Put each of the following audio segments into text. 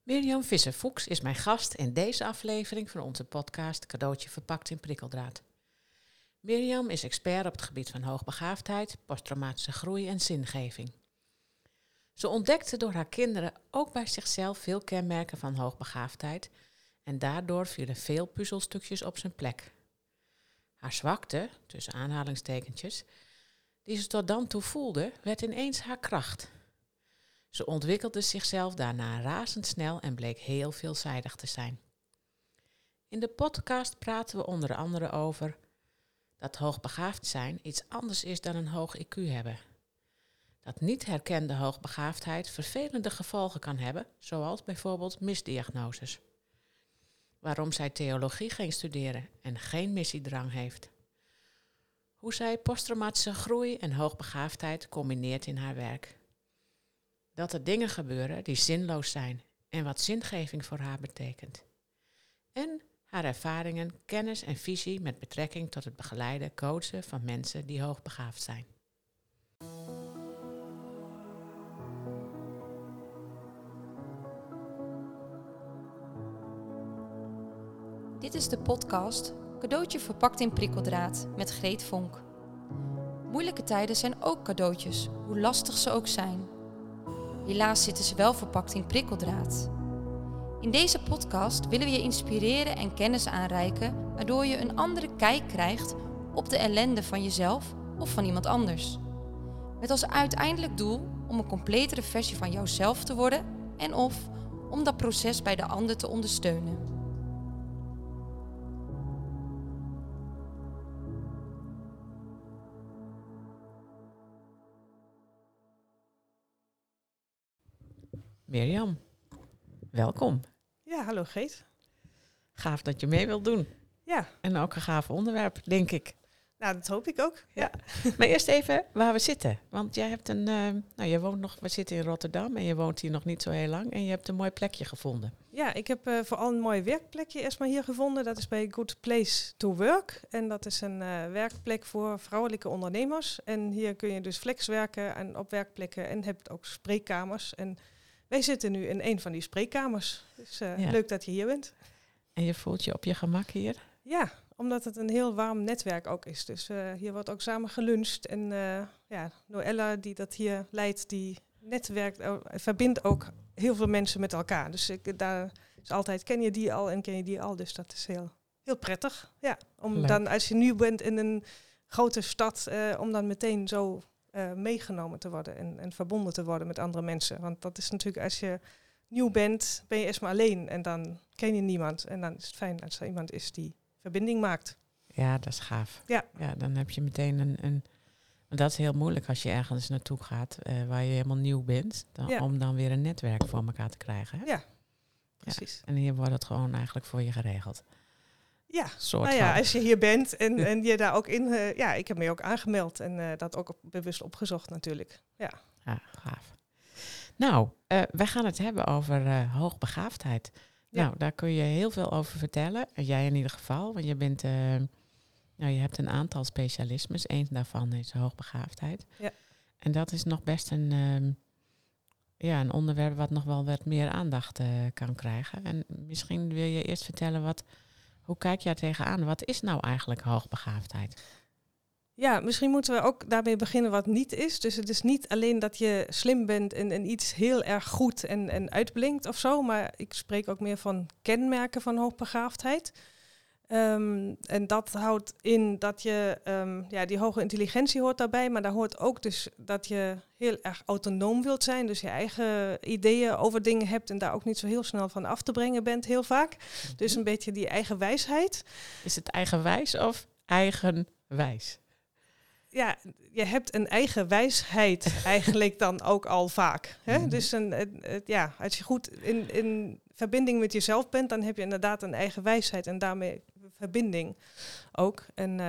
Mirjam Visser-Fuchs is mijn gast in deze aflevering van onze podcast Cadeautje verpakt in prikkeldraad. Mirjam is expert op het gebied van hoogbegaafdheid, posttraumatische groei en zingeving. Ze ontdekte door haar kinderen ook bij zichzelf veel kenmerken van hoogbegaafdheid en daardoor vielen veel puzzelstukjes op zijn plek. Haar zwakte, tussen aanhalingstekentjes, die ze tot dan toe voelde, werd ineens haar kracht. Ze ontwikkelde zichzelf daarna razendsnel en bleek heel veelzijdig te zijn. In de podcast praten we onder andere over dat hoogbegaafd zijn iets anders is dan een hoog IQ hebben. Dat niet herkende hoogbegaafdheid vervelende gevolgen kan hebben, zoals bijvoorbeeld misdiagnoses. Waarom zij theologie ging studeren en geen missiedrang heeft. Hoe zij posttraumatische groei en hoogbegaafdheid combineert in haar werk. Dat er dingen gebeuren die zinloos zijn en wat zingeving voor haar betekent. En haar ervaringen, kennis en visie met betrekking tot het begeleiden, coachen van mensen die hoogbegaafd zijn. Dit is de podcast Cadeautje verpakt in prikkeldraad met Greet Vonk. Moeilijke tijden zijn ook cadeautjes, hoe lastig ze ook zijn. Helaas zitten ze wel verpakt in prikkeldraad. In deze podcast willen we je inspireren en kennis aanreiken, waardoor je een andere kijk krijgt op de ellende van jezelf of van iemand anders. Met als uiteindelijk doel om een completere versie van jouzelf te worden en of om dat proces bij de ander te ondersteunen. Mirjam, welkom. Ja, hallo Geet. Gaaf dat je mee wilt doen. Ja. En ook een gaaf onderwerp, denk ik. Nou, dat hoop ik ook. Ja. Maar eerst even waar we zitten. Want jij hebt je woont nog, we zitten in Rotterdam en je woont hier nog niet zo heel lang. En je hebt een mooi plekje gevonden. Ja, ik heb vooral een mooi werkplekje eerst maar hier gevonden. Dat is bij Good Place to Work. En dat is een werkplek voor vrouwelijke ondernemers. En hier kun je dus flex werken en op werkplekken en hebt ook spreekkamers. En wij zitten nu in een van die spreekkamers. Dus leuk dat je hier bent. En je voelt je op je gemak hier? Ja, omdat het een heel warm netwerk ook is. Dus hier wordt ook samen geluncht. En Noella, die dat hier leidt, die netwerkt, verbindt ook heel veel mensen met elkaar. Dus daar is altijd, ken je die al en ken je die al. Dus dat is heel prettig. Ja, om leuk. Dan, als je nieuw bent in een grote stad, om dan meteen zo meegenomen te worden en verbonden te worden met andere mensen. Want dat is natuurlijk, als je nieuw bent, ben je eerst maar alleen en dan ken je niemand. En dan is het fijn als er iemand is die verbinding maakt. Ja, dat is gaaf. Ja, dan heb je meteen een want dat is heel moeilijk als je ergens naartoe gaat waar je helemaal nieuw bent. Om dan weer een netwerk voor elkaar te krijgen. Hè? Ja, precies. Ja, en hier wordt het gewoon eigenlijk voor je geregeld. Ja, Soort van. als je hier bent en je daar ook in... ik heb me ook aangemeld en dat ook bewust opgezocht natuurlijk. Ja, gaaf. Nou, wij gaan het hebben over hoogbegaafdheid. Ja. Nou, daar kun je heel veel over vertellen. Jij in ieder geval, want je bent... je hebt een aantal specialismes. Eén daarvan is hoogbegaafdheid. Ja. En dat is nog best een onderwerp wat nog wel wat meer aandacht kan krijgen. En misschien wil je eerst vertellen, hoe kijk jij tegenaan? Wat is nou eigenlijk hoogbegaafdheid? Ja, misschien moeten we ook daarmee beginnen wat niet is. Dus het is niet alleen dat je slim bent en iets heel erg goed en uitblinkt of zo. Maar ik spreek ook meer van kenmerken van hoogbegaafdheid. En dat houdt in dat je, die hoge intelligentie hoort daarbij. Maar daar hoort ook dus dat je heel erg autonoom wilt zijn. Dus je eigen ideeën over dingen hebt en daar ook niet zo heel snel van af te brengen bent, heel vaak. Mm-hmm. Dus een beetje die eigen wijsheid. Is het eigenwijs of eigenwijs? Ja, je hebt een eigen wijsheid eigenlijk dan ook al vaak. Hè? Mm-hmm. Dus als je goed in verbinding met jezelf bent, dan heb je inderdaad een eigen wijsheid en daarmee verbinding ook.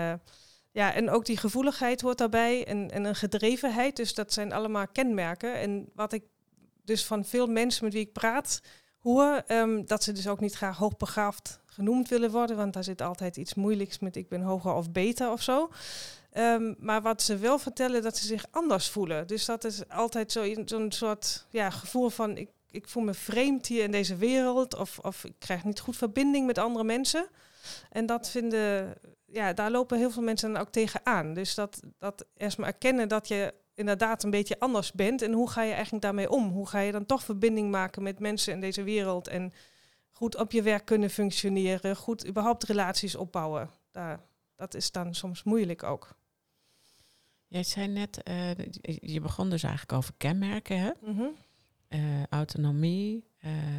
En ook die gevoeligheid hoort daarbij en een gedrevenheid. Dus dat zijn allemaal kenmerken. En wat ik dus van veel mensen met wie ik praat hoor, dat ze dus ook niet graag hoogbegaafd genoemd willen worden, want daar zit altijd iets moeilijks met ik ben hoger of beter of zo. Maar wat ze wel vertellen, dat ze zich anders voelen. Dus dat is altijd zo'n soort gevoel van ik voel me vreemd hier in deze wereld. Of ik krijg niet goed verbinding met andere mensen. En dat daar lopen heel veel mensen dan ook tegenaan. Dus dat eerst maar erkennen dat je inderdaad een beetje anders bent. En hoe ga je eigenlijk daarmee om? Hoe ga je dan toch verbinding maken met mensen in deze wereld? En goed op je werk kunnen functioneren. Goed überhaupt relaties opbouwen. Dat is dan soms moeilijk ook. Jij zei net, je begon dus eigenlijk over kenmerken, hè? Mm-hmm. Autonomie,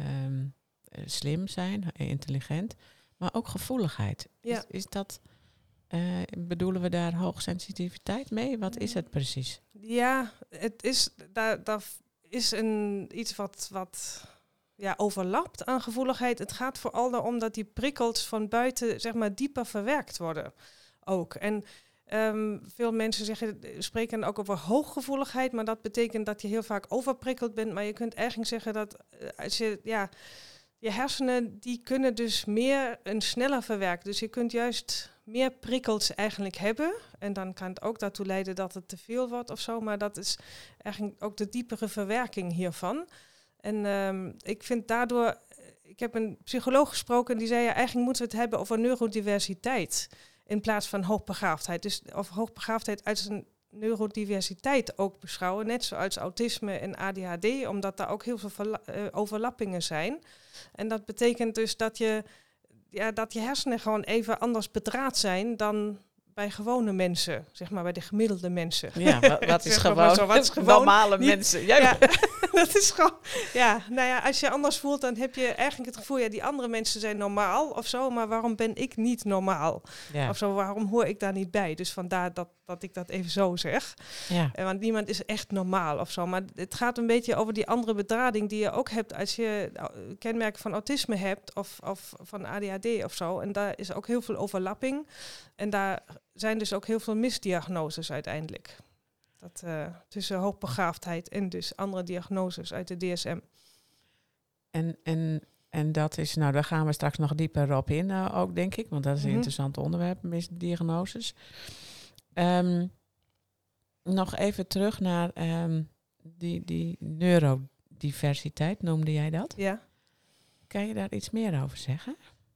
slim zijn, intelligent, maar ook gevoeligheid. Ja. Is dat, bedoelen we daar hoogsensitiviteit mee? Wat is het precies? Ja, het is, daar is iets wat overlapt aan gevoeligheid. Het gaat vooral erom dat die prikkels van buiten, zeg maar, dieper verwerkt worden ook. En veel mensen spreken ook over hooggevoeligheid, maar dat betekent dat je heel vaak overprikkeld bent. Maar je kunt eigenlijk zeggen dat als je hersenen, die kunnen dus meer en sneller verwerken. Dus je kunt juist meer prikkels eigenlijk hebben. En dan kan het ook daartoe leiden dat het te veel wordt of zo. Maar dat is eigenlijk ook de diepere verwerking hiervan. En ik vind daardoor, ik heb een psycholoog gesproken die zei, eigenlijk moeten we het hebben over neurodiversiteit in plaats van hoogbegaafdheid. Dus of hoogbegaafdheid uit zijn neurodiversiteit ook beschouwen, net zoals autisme en ADHD, omdat daar ook heel veel overlappingen zijn. En dat betekent dus dat je hersenen gewoon even anders bedraad zijn dan bij gewone mensen, zeg maar bij de gemiddelde mensen. Ja, wat is gewoon normale mensen? Ja, dat is gewoon, als je anders voelt, dan heb je eigenlijk het gevoel, die andere mensen zijn normaal of zo, maar waarom ben ik niet normaal? Ja. Of zo, waarom hoor ik daar niet bij? Dus vandaar dat ik dat even zo zeg. Ja. Want niemand is echt normaal of zo, maar het gaat een beetje over die andere bedrading die je ook hebt als je kenmerken van autisme hebt of van ADHD of zo. En daar is ook heel veel overlapping. En daar zijn dus ook heel veel misdiagnoses uiteindelijk. Dat tussen hoogbegaafdheid en dus andere diagnoses uit de DSM. En dat is, daar gaan we straks nog dieper op in ook, denk ik. Want dat is een interessant onderwerp, misdiagnoses. Nog even terug naar die neurodiversiteit, noemde jij dat? Ja. Kan je daar iets meer over zeggen?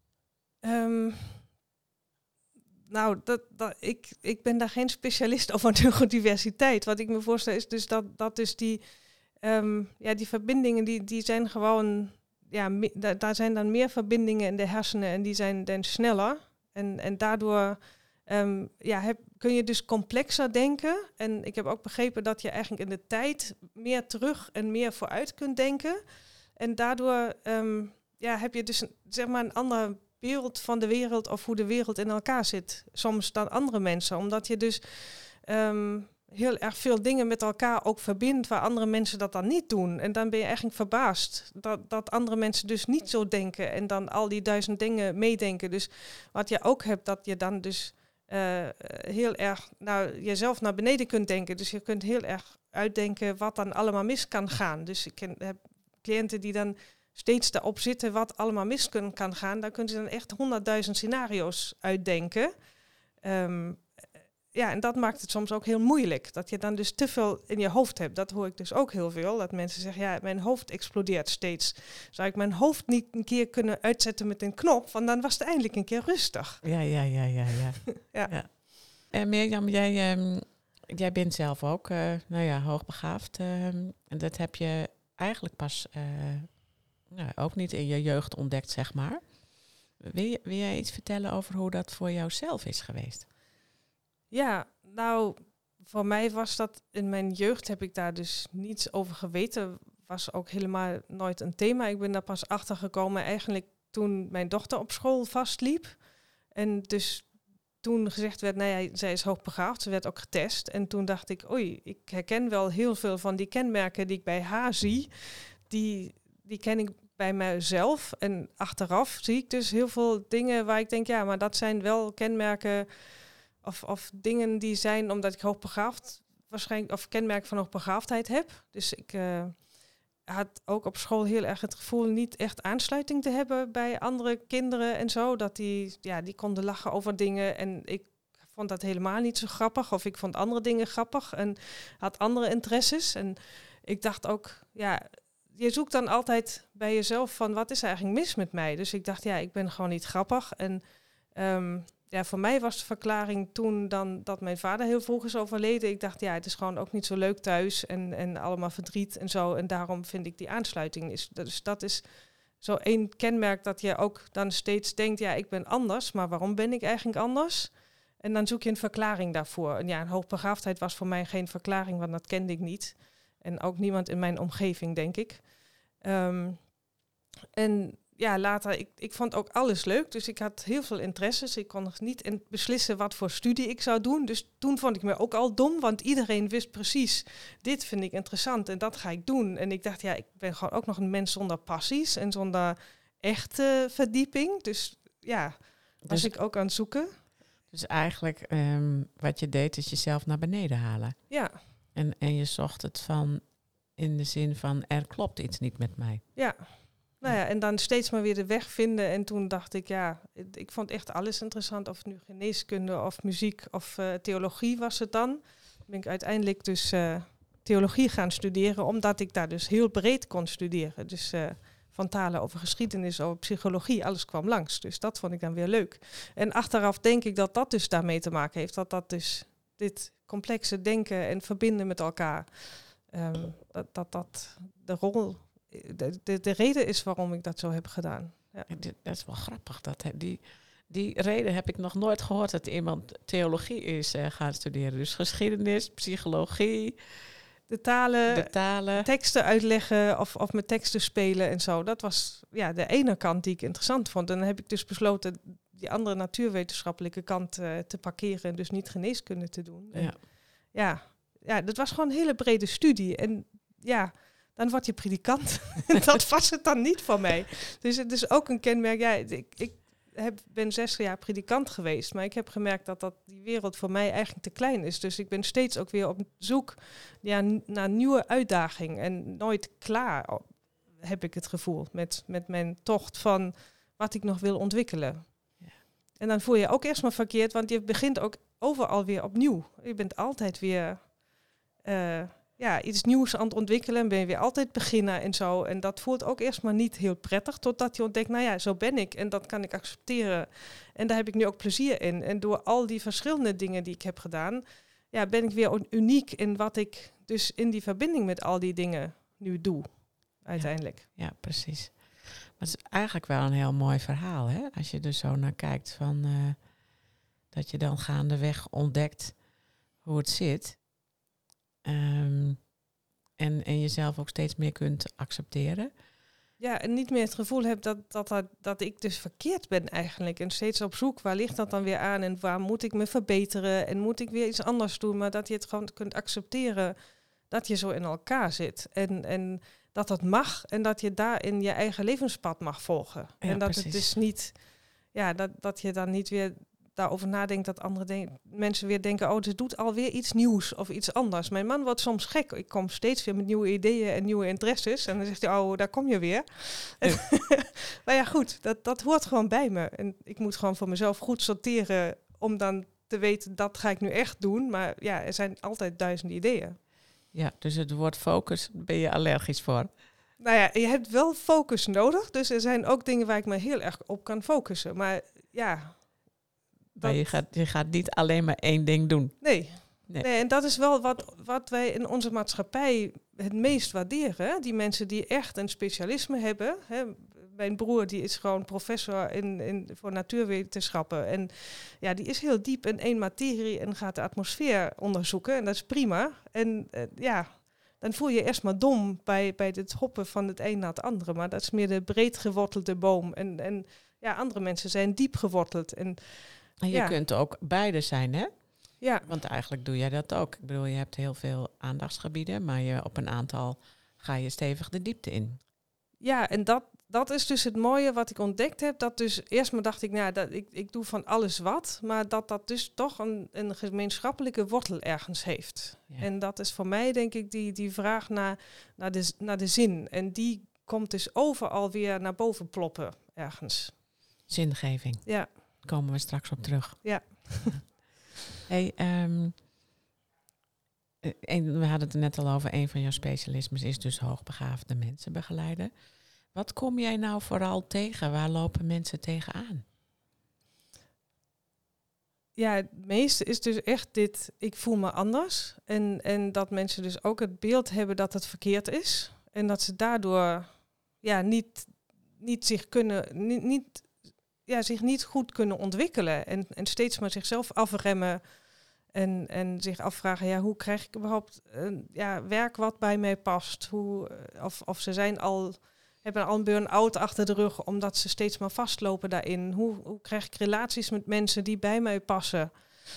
Ik ben daar geen specialist over neurodiversiteit. Wat ik me voorstel is dus dat dus die verbindingen die zijn gewoon, daar zijn dan meer verbindingen in de hersenen en die zijn dan sneller. En daardoor kun je dus complexer denken. En ik heb ook begrepen dat je eigenlijk in de tijd meer terug en meer vooruit kunt denken. En daardoor heb je dus zeg maar een ander beeld van de wereld of hoe de wereld in elkaar zit. Soms dan andere mensen. Omdat je dus heel erg veel dingen met elkaar ook verbindt waar andere mensen dat dan niet doen. En dan ben je eigenlijk verbaasd dat andere mensen dus niet zo denken en dan al die 1000 dingen meedenken. Dus wat je ook hebt, dat je dan dus heel erg jezelf naar beneden kunt denken. Dus je kunt heel erg uitdenken wat dan allemaal mis kan gaan. Dus ik heb cliënten die dan steeds daarop zitten wat allemaal mis kan gaan. Daar kunnen ze dan echt 100.000 scenario's uitdenken. En dat maakt het soms ook heel moeilijk. Dat je dan dus te veel in je hoofd hebt. Dat hoor ik dus ook heel veel. Dat mensen zeggen, mijn hoofd explodeert steeds. Zou ik mijn hoofd niet een keer kunnen uitzetten met een knop? Want dan was het eindelijk een keer rustig. Ja. En Mirjam, jij bent zelf ook hoogbegaafd. En dat heb je eigenlijk pas ook niet in je jeugd ontdekt, zeg maar. Wil jij iets vertellen over hoe dat voor jou zelf is geweest? Ja, voor mij was dat in mijn jeugd, heb ik daar dus niets over geweten. Was ook helemaal nooit een thema. Ik ben daar pas achter gekomen eigenlijk toen mijn dochter op school vastliep. En dus toen gezegd werd, zij is hoogbegaafd. Ze werd ook getest. En toen dacht ik, ik herken wel heel veel van die kenmerken die ik bij haar zie. Die ken ik bij mijzelf. En achteraf zie ik dus heel veel dingen waar ik denk, maar dat zijn wel kenmerken of dingen die zijn omdat ik hoogbegaafd waarschijnlijk of kenmerken van hoogbegaafdheid heb. Dus ik had ook op school heel erg het gevoel niet echt aansluiting te hebben bij andere kinderen en zo. Dat die konden lachen over dingen en ik vond dat helemaal niet zo grappig. Of ik vond andere dingen grappig en had andere interesses. En ik dacht ook, je zoekt dan altijd bij jezelf van wat is er eigenlijk mis met mij? Dus ik dacht, ik ben gewoon niet grappig. En voor mij was de verklaring toen dan dat mijn vader heel vroeg is overleden. Ik dacht, het is gewoon ook niet zo leuk thuis en allemaal verdriet en zo. En daarom vind ik die aansluiting Dus dat is zo één kenmerk dat je ook dan steeds denkt, ik ben anders. Maar waarom ben ik eigenlijk anders? En dan zoek je een verklaring daarvoor. En een hoogbegaafdheid was voor mij geen verklaring, want dat kende ik niet. En ook niemand in mijn omgeving, denk ik. Later, ik vond ook alles leuk. Dus ik had heel veel interesses. Ik kon nog niet beslissen wat voor studie ik zou doen. Dus toen vond ik me ook al dom, want iedereen wist precies, dit vind ik interessant en dat ga ik doen. En ik dacht, ik ben gewoon ook nog een mens zonder passies en zonder echte verdieping. Dus was ik ook aan het zoeken. Dus eigenlijk wat je deed is jezelf naar beneden halen. Ja. En je zocht het van in de zin van er klopt iets niet met mij. Ja. En dan steeds maar weer de weg vinden. En toen dacht ik, ik vond echt alles interessant. Of het nu geneeskunde of muziek of theologie was het dan. Dan ben ik uiteindelijk dus theologie gaan studeren, omdat ik daar dus heel breed kon studeren. Dus van talen over geschiedenis, over psychologie, alles kwam langs. Dus dat vond ik dan weer leuk. En achteraf denk ik dat dat dus daarmee te maken heeft. Dat dus dit complexe denken en verbinden met elkaar, dat de rol, de reden is waarom ik dat zo heb gedaan. Ja. Dat is wel grappig. Die reden heb ik nog nooit gehoord, dat iemand theologie is gaan studeren. Dus geschiedenis, psychologie, de talen, teksten uitleggen of met teksten spelen en zo. Dat was de ene kant die ik interessant vond. En dan heb ik dus besloten die andere natuurwetenschappelijke kant te parkeren en dus niet geneeskunde te doen. En dat was gewoon een hele brede studie. En dan word je predikant. Dat was het dan niet voor mij. Dus het is ook een kenmerk. Ik ben 6 jaar predikant geweest, maar ik heb gemerkt dat die wereld voor mij eigenlijk te klein is. Dus ik ben steeds ook weer op zoek naar nieuwe uitdaging en nooit klaar, heb ik het gevoel, met mijn tocht van wat ik nog wil ontwikkelen. Ja. En dan voel je ook eerst maar verkeerd, want je begint ook overal weer opnieuw. Je bent altijd weer iets nieuws aan het ontwikkelen, ben je weer altijd beginnen en zo. En dat voelt ook eerst maar niet heel prettig, totdat je ontdekt, zo ben ik en dat kan ik accepteren. En daar heb ik nu ook plezier in. En door al die verschillende dingen die ik heb gedaan, ben ik weer uniek in wat ik dus in die verbinding met al die dingen nu doe, uiteindelijk. Ja, precies. Maar het is eigenlijk wel een heel mooi verhaal, hè? Als je er zo naar kijkt, van dat je dan gaandeweg ontdekt hoe het zit. En jezelf ook steeds meer kunt accepteren. Ja, en niet meer het gevoel heb dat ik dus verkeerd ben eigenlijk. En steeds op zoek, waar ligt dat dan weer aan? En waar moet ik me verbeteren? En moet ik weer iets anders doen? Maar dat je het gewoon kunt accepteren dat je zo in elkaar zit. En dat dat mag. En dat je daarin je eigen levenspad mag volgen. Ja, en dat precies. Het dus niet, dat je dan niet weer daarover nadenkt dat andere mensen weer denken, ze doet alweer iets nieuws of iets anders. Mijn man wordt soms gek. Ik kom steeds weer met nieuwe ideeën en nieuwe interesses. En dan zegt hij, daar kom je weer. Ja. Maar goed, dat hoort gewoon bij me. En ik moet gewoon voor mezelf goed sorteren om dan te weten, dat ga ik nu echt doen. Maar er zijn altijd 1000 ideeën. Ja, dus het woord focus ben je allergisch voor. Je hebt wel focus nodig. Dus er zijn ook dingen waar ik me heel erg op kan focussen. Maar Maar je gaat niet alleen maar één ding doen. Nee, en dat is wel wat wij in onze maatschappij het meest waarderen. Hè? Die mensen die echt een specialisme hebben. Hè? Mijn broer die is gewoon professor voor natuurwetenschappen. En die is heel diep in één materie en gaat de atmosfeer onderzoeken. En dat is prima. En dan voel je eerst maar dom bij het hoppen van het een naar het andere. Maar dat is meer de breed gewortelde boom. En andere mensen zijn diep geworteld. En je kunt ook beide zijn, hè? Ja. Want eigenlijk doe jij dat ook. Ik bedoel, je hebt heel veel aandachtsgebieden, maar op een aantal ga je stevig de diepte in. Ja, en dat is dus het mooie wat ik ontdekt heb. Dat dus eerst maar dacht ik, ik doe van alles wat. Maar dat dus toch een gemeenschappelijke wortel ergens heeft. Ja. En dat is voor mij, denk ik, die vraag naar de zin. En die komt dus overal weer naar boven ploppen ergens. Zingeving. Ja. Daar komen we straks op terug. Ja. Hey, En we hadden het er net al over, een van jouw specialismes is dus hoogbegaafde mensen begeleiden. Wat kom jij nou vooral tegen? Waar lopen mensen tegenaan? Ja, het meeste is dus echt dit, ik voel me anders. En dat mensen dus ook het beeld hebben dat het verkeerd is. En dat ze daardoor zich niet goed kunnen ontwikkelen. En steeds maar zichzelf afremmen. En zich afvragen, hoe krijg ik überhaupt werk wat bij mij past? Of ze hebben al een burn-out achter de rug, omdat ze steeds maar vastlopen daarin. Hoe krijg ik relaties met mensen die bij mij passen?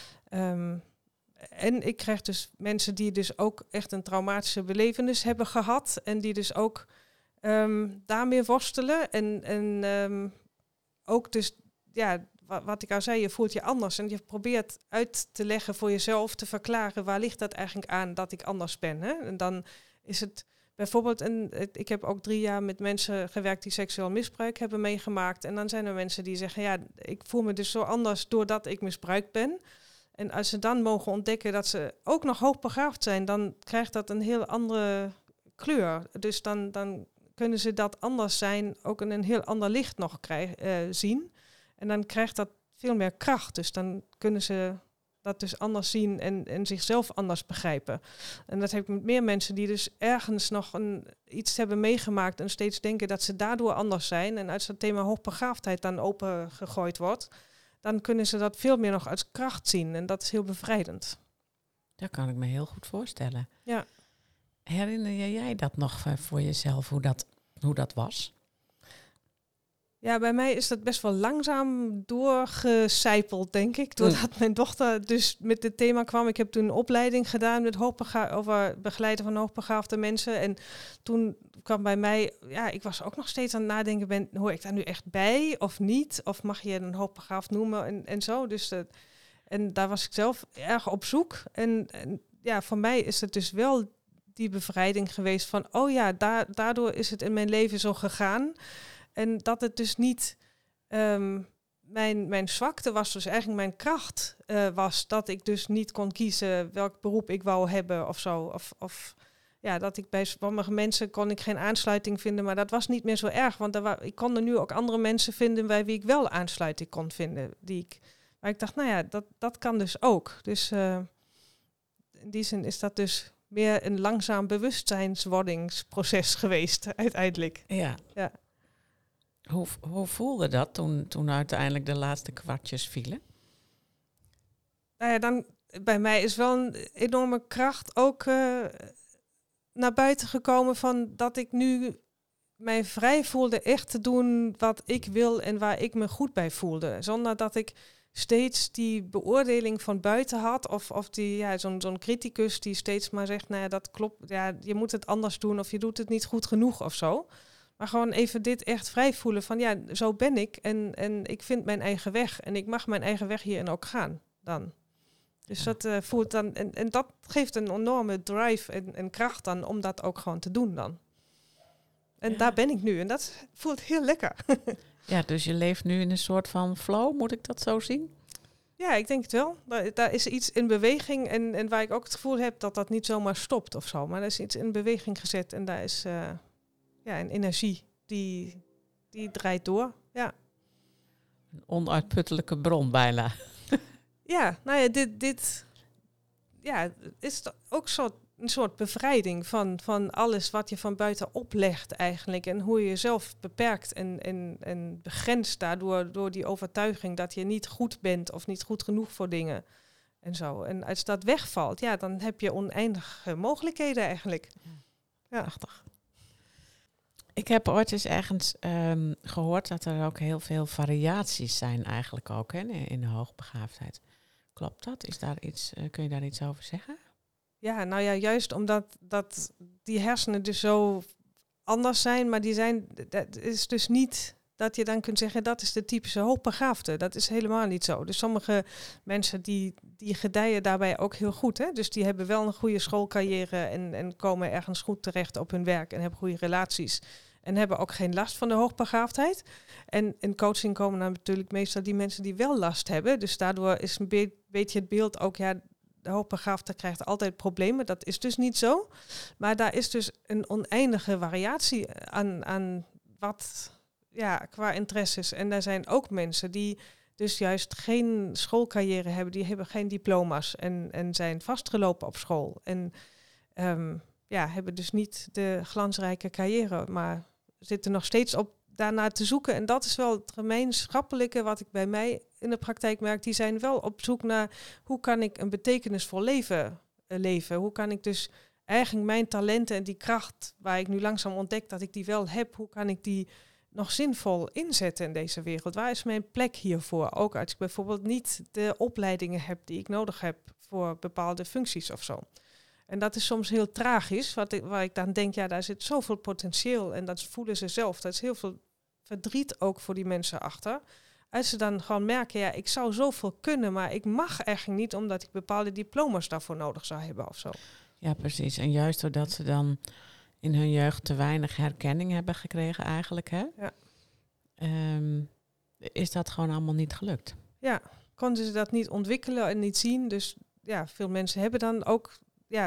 En ik krijg dus mensen die dus ook echt een traumatische belevenis hebben gehad. En die dus ook daarmee worstelen. En ook dus, wat ik al zei, je voelt je anders. En je probeert uit te leggen voor jezelf, te verklaren, waar ligt dat eigenlijk aan dat ik anders ben. Hè? En dan is het bijvoorbeeld, ik heb ook 3 jaar met mensen gewerkt die seksueel misbruik hebben meegemaakt. En dan zijn er mensen die zeggen, ik voel me dus zo anders doordat ik misbruikt ben. En als ze dan mogen ontdekken dat ze ook nog hoogbegaafd zijn, dan krijgt dat een heel andere kleur. Dus dan kunnen ze dat anders zijn ook in een heel ander licht nog zien. En dan krijgt dat veel meer kracht. Dus dan kunnen ze dat dus anders zien en zichzelf anders begrijpen. En dat heb ik met meer mensen die dus ergens nog iets hebben meegemaakt en steeds denken dat ze daardoor anders zijn. En als dat thema hoogbegaafdheid dan opengegooid wordt, dan kunnen ze dat veel meer nog als kracht zien. En dat is heel bevrijdend. Dat kan ik me heel goed voorstellen. Ja. Herinner jij dat nog voor jezelf, hoe dat was? Ja, bij mij is dat best wel langzaam doorgecijpeld, denk ik. Doordat mijn dochter dus met dit thema kwam. Ik heb toen een opleiding gedaan met over begeleiden van hoogbegaafde mensen. En toen kwam bij mij, ik was ook nog steeds aan het nadenken, hoor ik daar nu echt bij of niet? Of mag je een hoogbegaafd noemen en zo? Dus en daar was ik zelf erg op zoek. En voor mij is het dus wel die bevrijding geweest van, daardoor is het in mijn leven zo gegaan. En dat het dus niet mijn zwakte was, dus eigenlijk mijn kracht was. Dat ik dus niet kon kiezen welk beroep ik wou hebben of zo. Of dat ik bij sommige mensen kon ik geen aansluiting vinden. Maar dat was niet meer zo erg. Want ik kon er nu ook andere mensen vinden bij wie ik wel aansluiting kon vinden. Maar ik dacht, dat kan dus ook. Dus in die zin is dat dus meer een langzaam bewustzijnswordingsproces geweest uiteindelijk. Ja. Hoe voelde dat toen uiteindelijk de laatste kwartjes vielen? Dan bij mij is wel een enorme kracht ook naar buiten gekomen van dat ik nu mij vrij voelde echt te doen wat ik wil en waar ik me goed bij voelde. Zonder dat ik steeds die beoordeling van buiten had of die zo'n criticus die steeds maar zegt, dat klopt, je moet het anders doen of je doet het niet goed genoeg of zo. Maar gewoon even dit echt vrij voelen van zo ben ik en ik vind mijn eigen weg. En ik mag mijn eigen weg hierin ook gaan dan. Dus dat voelt dan, en dat geeft een enorme drive en kracht dan om dat ook gewoon te doen dan. En daar ben ik nu en dat voelt heel lekker. Ja, dus je leeft nu in een soort van flow, moet ik dat zo zien? Ja, ik denk het wel. Daar is iets in beweging en waar ik ook het gevoel heb dat dat niet zomaar stopt of zo. Maar er is iets in beweging gezet en daar is een energie die draait door. Ja. Een onuitputtelijke bron bijna. Ja, dit is ook een soort bevrijding van alles wat je van buiten oplegt eigenlijk. En hoe je jezelf beperkt en begrenst daardoor door die overtuiging dat je niet goed bent of niet goed genoeg voor dingen. En zo. En als dat wegvalt, dan heb je oneindige mogelijkheden eigenlijk. Ja. Prachtig. Ik heb ooit eens ergens gehoord dat er ook heel veel variaties zijn eigenlijk ook in de hoogbegaafdheid. Klopt dat? Kun je daar iets over zeggen? Ja, juist omdat die hersenen dus zo anders zijn, maar dat is dus niet dat je dan kunt zeggen dat is de typische hoogbegaafde. Dat is helemaal niet zo. Dus sommige mensen die gedijen daarbij ook heel goed. Hè? Dus die hebben wel een goede schoolcarrière en komen ergens goed terecht op hun werk en hebben goede relaties. En hebben ook geen last van de hoogbegaafdheid. En in coaching komen dan natuurlijk meestal die mensen die wel last hebben. Dus daardoor is een beetje het beeld ook, de hoogbegaafde krijgt altijd problemen. Dat is dus niet zo. Maar daar is dus een oneindige variatie aan wat qua interesses. En daar zijn ook mensen die dus juist geen schoolcarrière hebben. Die hebben geen diploma's en zijn vastgelopen op school. En hebben dus niet de glansrijke carrière, maar zitten nog steeds op daarnaar te zoeken. En dat is wel het gemeenschappelijke wat ik bij mij in de praktijk merk. Die zijn wel op zoek naar hoe kan ik een betekenisvol leven leven. Hoe kan ik dus eigenlijk mijn talenten en die kracht waar ik nu langzaam ontdek dat ik die wel heb, hoe kan ik die nog zinvol inzetten in deze wereld? Waar is mijn plek hiervoor? Ook als ik bijvoorbeeld niet de opleidingen heb die ik nodig heb voor bepaalde functies of zo. En dat is soms heel tragisch, waar ik dan denk, daar zit zoveel potentieel en dat voelen ze zelf. Dat is heel veel verdriet ook voor die mensen achter. Als ze dan gewoon merken, ik zou zoveel kunnen, maar ik mag eigenlijk niet omdat ik bepaalde diploma's daarvoor nodig zou hebben of zo. Ja, precies. En juist doordat ze dan in hun jeugd te weinig herkenning hebben gekregen eigenlijk, hè? Ja. Is dat gewoon allemaal niet gelukt? Ja, konden ze dat niet ontwikkelen en niet zien. Dus veel mensen hebben dan ook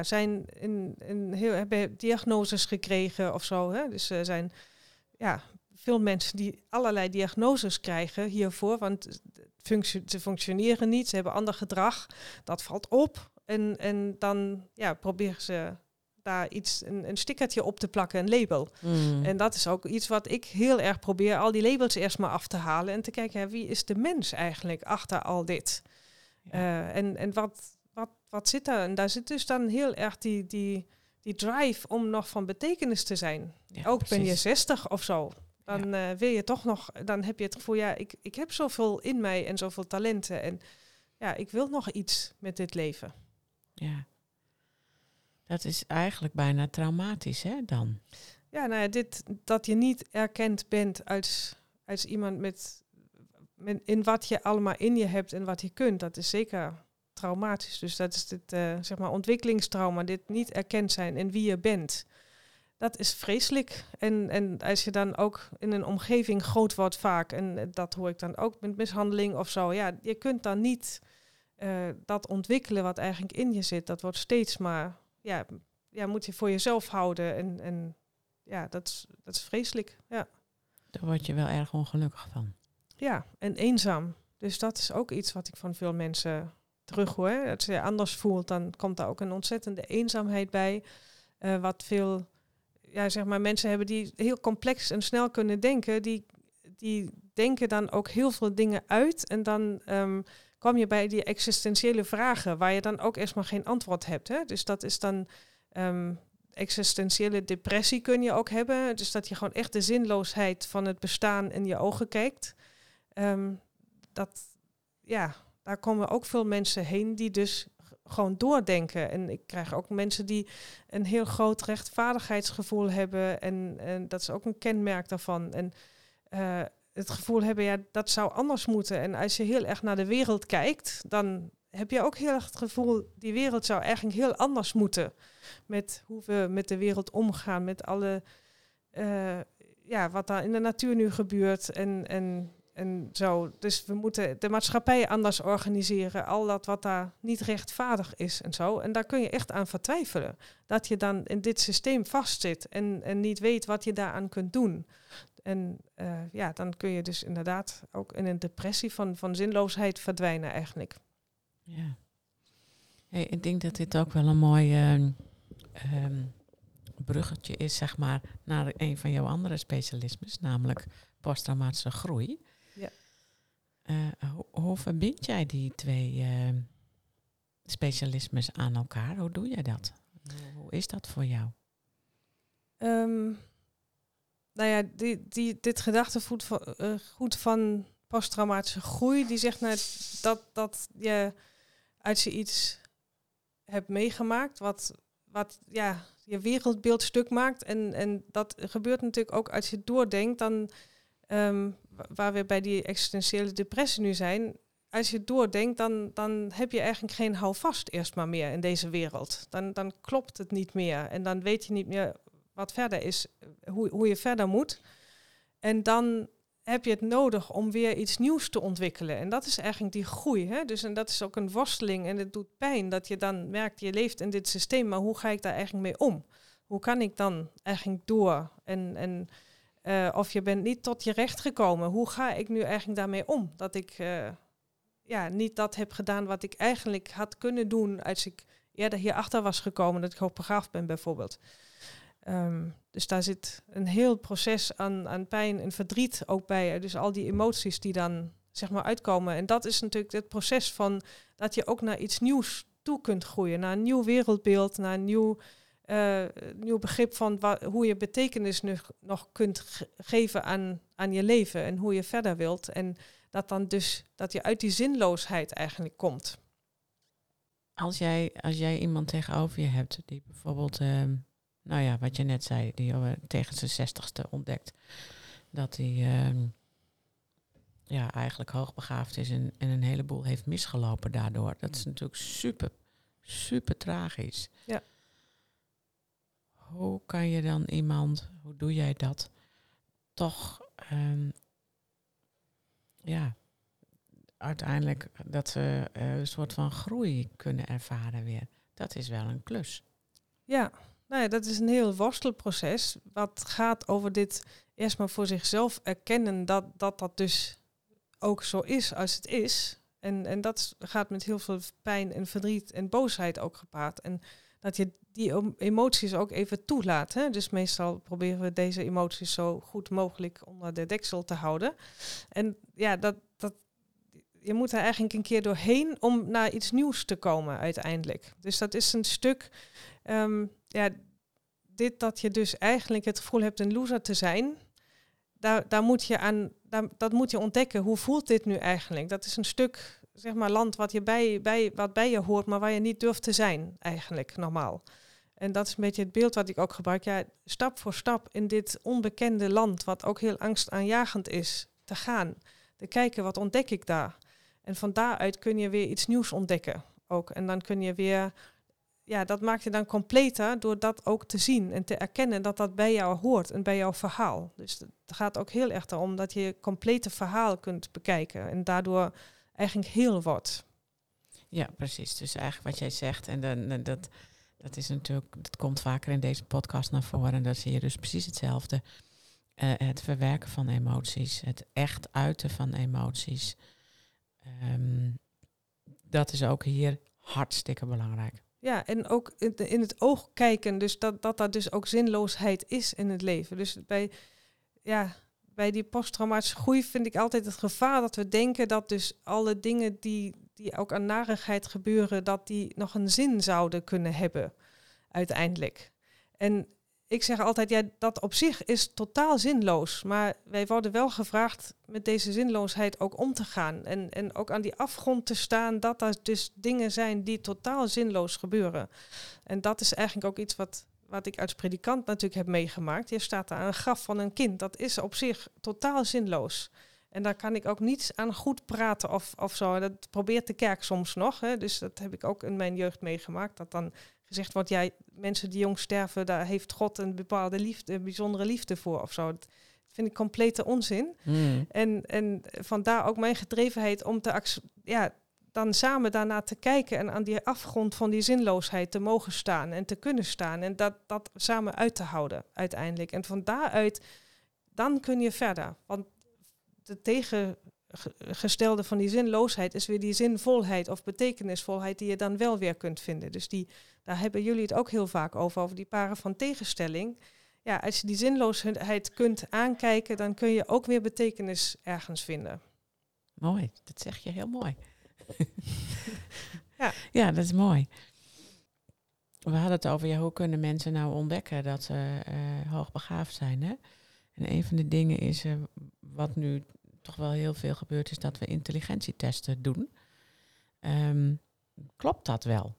hebben diagnoses gekregen of zo. Hè? Dus er zijn veel mensen die allerlei diagnoses krijgen hiervoor, want ze functioneren niet, ze hebben ander gedrag, dat valt op. En dan proberen ze daar een stickertje op te plakken, een label. En dat is ook iets wat ik heel erg probeer, al die labels eerst maar af te halen en te kijken, wie is de mens eigenlijk achter al dit? Ja. En wat zit daar? En daar zit dus dan heel erg die drive om nog van betekenis te zijn. Ja, ook precies. Ben je 60 of zo, dan wil je toch nog, dan heb je het gevoel, ik heb zoveel in mij en zoveel talenten en ik wil nog iets met dit leven. Ja. Dat is eigenlijk bijna traumatisch, hè, dan? Ja, dat je niet erkend bent als iemand met in wat je allemaal in je hebt en wat je kunt, dat is zeker traumatisch. Dus dat is dit ontwikkelingstrauma, dit niet erkend zijn in wie je bent. Dat is vreselijk. En als je dan ook in een omgeving groot wordt vaak, en dat hoor ik dan ook met mishandeling of zo, je kunt dan niet dat ontwikkelen wat eigenlijk in je zit. Dat wordt steeds maar, moet je voor jezelf houden. En dat is vreselijk. Ja. Daar word je wel erg ongelukkig van. Ja, en eenzaam. Dus dat is ook iets wat ik van veel mensen terug hoor. Als je anders voelt, dan komt daar ook een ontzettende eenzaamheid bij. Wat veel mensen hebben die heel complex en snel kunnen denken. Die denken dan ook heel veel dingen uit. En dan kom je bij die existentiële vragen, waar je dan ook eerst maar geen antwoord hebt. Hè? Dus dat is dan existentiële depressie kun je ook hebben. Dus dat je gewoon echt de zinloosheid van het bestaan in je ogen kijkt. Daar komen ook veel mensen heen die dus gewoon doordenken. En ik krijg ook mensen die een heel groot rechtvaardigheidsgevoel hebben. En dat is ook een kenmerk daarvan. En het gevoel hebben, dat zou anders moeten. En als je heel erg naar de wereld kijkt, dan heb je ook heel erg het gevoel, die wereld zou eigenlijk heel anders moeten. Met hoe we met de wereld omgaan, met alle wat daar in de natuur nu gebeurt en zo. Dus we moeten de maatschappij anders organiseren. Al dat wat daar niet rechtvaardig is en zo. En daar kun je echt aan vertwijfelen. Dat je dan in dit systeem vastzit en niet weet wat je daaraan kunt doen. En dan kun je dus inderdaad ook in een depressie van zinloosheid verdwijnen eigenlijk. Ja. Hey, ik denk dat dit ook wel een mooi bruggetje is, zeg maar, naar een van jouw andere specialismes, namelijk posttraumatische groei. Ja. Hoe verbind jij die twee specialismes aan elkaar? Hoe doe jij dat? Hoe is dat voor jou? Dit gedachtegoed van posttraumatische groei, die zegt dat je, als je iets hebt meegemaakt, wat je wereldbeeld stuk maakt. En dat gebeurt natuurlijk ook als je doordenkt, dan waar we bij die existentiële depressie nu zijn. Als je doordenkt, dan heb je eigenlijk geen houvast eerst maar meer in deze wereld. Dan klopt het niet meer. En dan weet je niet meer wat verder is, hoe je verder moet. En dan heb je het nodig om weer iets nieuws te ontwikkelen. En dat is eigenlijk die groei. Hè? Dus, en dat is ook een worsteling en het doet pijn dat je dan merkt, je leeft in dit systeem, maar hoe ga ik daar eigenlijk mee om? Hoe kan ik dan eigenlijk door? Of je bent niet tot je recht gekomen. Hoe ga ik nu eigenlijk daarmee om? Dat ik niet dat heb gedaan wat ik eigenlijk had kunnen doen als ik eerder hierachter was gekomen, dat ik hoogbegaafd ben bijvoorbeeld. Dus daar zit een heel proces aan pijn en verdriet ook bij. Dus al die emoties die dan zeg maar uitkomen. En dat is natuurlijk het proces van dat je ook naar iets nieuws toe kunt groeien. Naar een nieuw wereldbeeld, naar een nieuw begrip van hoe je betekenis nog kunt geven aan je leven en hoe je verder wilt. En dat dan dus dat je uit die zinloosheid eigenlijk komt. Als jij iemand tegenover je hebt die bijvoorbeeld, wat je net zei, die tegen zijn 60ste ontdekt, dat hij eigenlijk hoogbegaafd is en een heleboel heeft misgelopen daardoor. Dat is natuurlijk super, super tragisch. Ja. Hoe kan je dan iemand, hoe doe jij dat, toch uiteindelijk dat ze een soort van groei kunnen ervaren weer. Dat is wel een klus. Ja, dat is een heel worstelproces. Wat gaat over dit eerst maar voor zichzelf erkennen dat dus ook zo is als het is. En dat gaat met heel veel pijn en verdriet en boosheid ook gepaard. En dat je die emoties ook even toelaat. Hè? Dus meestal proberen we deze emoties zo goed mogelijk onder de deksel te houden. En je moet er eigenlijk een keer doorheen om naar iets nieuws te komen uiteindelijk. Dus dat is een stuk, dit dat je dus eigenlijk het gevoel hebt een loser te zijn, daar moet je aan, dat moet je ontdekken. Hoe voelt dit nu eigenlijk? Dat is een stuk, zeg maar, land wat bij je hoort, maar waar je niet durft te zijn eigenlijk normaal. En dat is een beetje het beeld wat ik ook gebruik. Ja, stap voor stap in dit onbekende land, wat ook heel angstaanjagend is, te gaan. Te kijken, wat ontdek ik daar? En van daaruit kun je weer iets nieuws ontdekken ook. En dan kun je weer, dat maakt je dan completer door dat ook te zien en te erkennen dat dat bij jou hoort en bij jouw verhaal. Dus het gaat ook heel erg erom dat je je complete verhaal kunt bekijken en daardoor eigenlijk heel wordt. Ja, precies. Dus eigenlijk wat jij zegt, en dat is natuurlijk, dat komt vaker in deze podcast naar voren. En dan zie je dus precies hetzelfde. Het verwerken van emoties, het echt uiten van emoties. Dat is ook hier hartstikke belangrijk. Ja, en ook in het oog kijken, dus dat dus ook zinloosheid is in het leven. Dus bij die posttraumatische groei vind ik altijd het gevaar dat we denken dat dus alle dingen die ook aan narigheid gebeuren, dat die nog een zin zouden kunnen hebben uiteindelijk. En ik zeg altijd, dat op zich is totaal zinloos. Maar wij worden wel gevraagd met deze zinloosheid ook om te gaan. En ook aan die afgrond te staan, dat er dus dingen zijn die totaal zinloos gebeuren. En dat is eigenlijk ook iets wat ik als predikant natuurlijk heb meegemaakt. Je staat daar aan een graf van een kind. Dat is op zich totaal zinloos. En daar kan ik ook niets aan goed praten of zo. Dat probeert de kerk soms nog. Hè. Dus dat heb ik ook in mijn jeugd meegemaakt. Dat dan gezegd wordt, mensen die jong sterven, daar heeft God een bepaalde liefde, een bijzondere liefde voor of zo. Dat vind ik complete onzin. En vandaar ook mijn gedrevenheid om dan samen daarna te kijken en aan die afgrond van die zinloosheid te mogen staan en te kunnen staan. En dat samen uit te houden uiteindelijk. En van daaruit, dan kun je verder. Want de tegengestelde van die zinloosheid is weer die zinvolheid of betekenisvolheid die je dan wel weer kunt vinden. Dus daar hebben jullie het ook heel vaak over die paren van tegenstelling. Ja, als je die zinloosheid kunt aankijken, dan kun je ook weer betekenis ergens vinden. Mooi, dat zeg je heel mooi. Ja, dat is mooi. We hadden het over, hoe kunnen mensen nou ontdekken dat ze hoogbegaafd zijn, hè? En een van de dingen is, wat nu toch wel heel veel gebeurt, is dat we intelligentietesten doen. Klopt dat wel?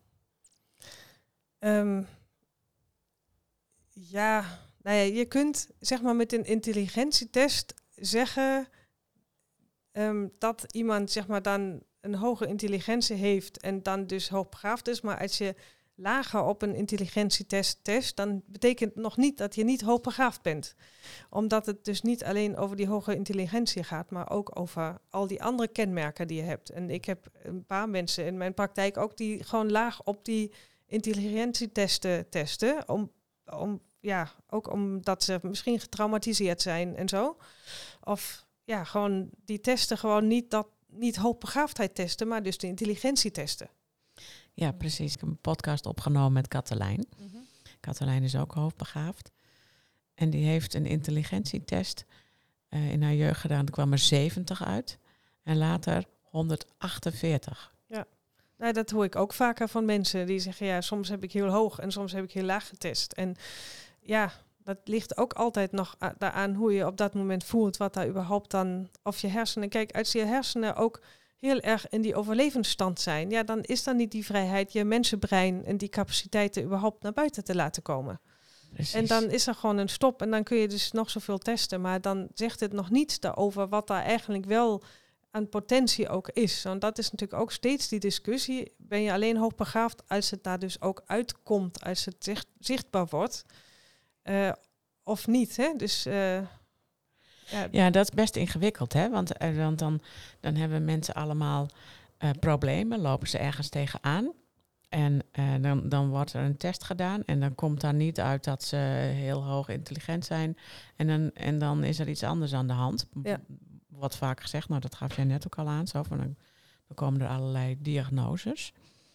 Je kunt zeg maar met een intelligentietest zeggen dat iemand zeg maar dan een hoge intelligentie heeft en dan dus hoogbegaafd is. Maar als je lager op een intelligentietest test, dan betekent het nog niet dat je niet hoogbegaafd bent. Omdat het dus niet alleen over die hoge intelligentie gaat, maar ook over al die andere kenmerken die je hebt. En ik heb een paar mensen in mijn praktijk ook die gewoon laag op die intelligentietesten testen. Ook omdat ze misschien getraumatiseerd zijn en zo. Of ja, gewoon die testen gewoon niet hoogbegaafdheid testen, maar dus de intelligentie testen. Ja, precies. Ik heb een podcast opgenomen met Katelijn. Mm-hmm. Katelijn is ook hoogbegaafd. En die heeft een intelligentietest in haar jeugd gedaan. Er kwam er 70 uit. En later 148. Ja, nou, dat hoor ik ook vaker van mensen die zeggen, ja, soms heb ik heel hoog en soms heb ik heel laag getest. En ja, dat ligt ook altijd nog daaraan hoe je op dat moment voelt, wat daar überhaupt dan, of je hersenen, kijk, als je hersenen ook heel erg in die overlevingsstand zijn, ja, dan is dan niet die vrijheid, je mensenbrein en die capaciteiten überhaupt naar buiten te laten komen. Precies. En dan is er gewoon een stop en dan kun je dus nog zoveel testen, maar dan zegt het nog niets daarover wat daar eigenlijk wel aan potentie ook is. Want dat is natuurlijk ook steeds die discussie, ben je alleen hoogbegaafd als het daar dus ook uitkomt, als het zichtbaar wordt, of niet, hè? Dus ja, dat is best ingewikkeld, hè? Want dan hebben mensen allemaal problemen, lopen ze ergens tegenaan. En dan wordt er een test gedaan en dan komt daar niet uit dat ze heel hoog intelligent zijn. En dan is er iets anders aan de hand. Ja. Wat vaak gezegd, nou dat gaf jij net ook al aan, zo van dan komen er allerlei diagnoses.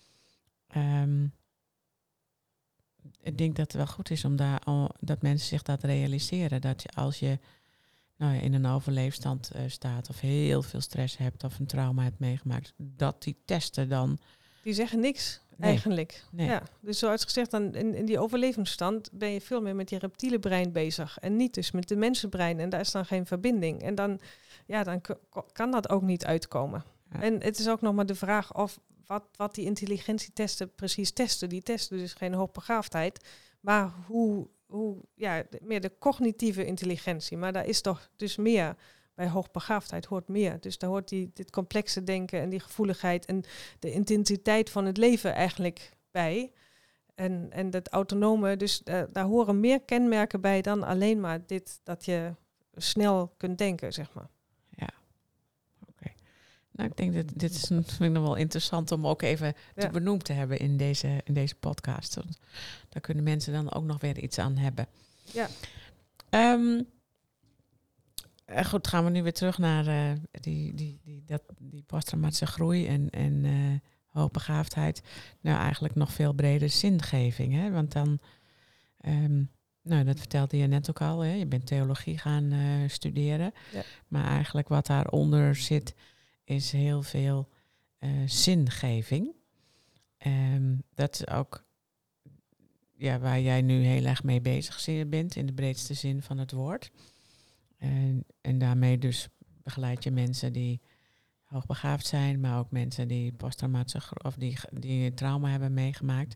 Ik denk dat het wel goed is dat mensen zich dat realiseren. Dat als je in een overleefstand staat of heel veel stress hebt of een trauma hebt meegemaakt, dat die testen dan... Die zeggen niks, Nee. eigenlijk. Nee. Ja, dus zoals gezegd, dan in die overlevingsstand ben je veel meer met je reptiele brein bezig. En niet dus met de mensenbrein. En daar is dan geen verbinding. En dan kan dat ook niet uitkomen. Ja. En het is ook nog maar de vraag of wat die intelligentietesten precies testen. Die testen dus geen hoogbegaafdheid, maar meer de cognitieve intelligentie. Maar daar is toch dus meer. Bij hoogbegaafdheid hoort meer. Dus daar hoort dit complexe denken en die gevoeligheid en de intensiteit van het leven eigenlijk bij. En dat autonome, dus daar horen meer kenmerken bij dan alleen maar dit dat je snel kunt denken, zeg maar. Ja, oké. Nou, ik denk dat vind ik nog wel interessant om ook even te benoemd te hebben in deze podcast. Want daar kunnen mensen dan ook nog weer iets aan hebben. Ja. Goed, gaan we nu weer terug naar die posttraumatische groei en hoogbegaafdheid. Nou, eigenlijk nog veel breder zingeving. Hè? Want dan, dat vertelde je net ook al, hè? Je bent theologie gaan studeren. Ja. Maar eigenlijk wat daaronder zit, is heel veel zingeving. Dat is ook waar jij nu heel erg mee bezig bent, in de breedste zin van het woord. En daarmee dus begeleid je mensen die hoogbegaafd zijn, maar ook mensen die posttraumatische of die trauma hebben meegemaakt.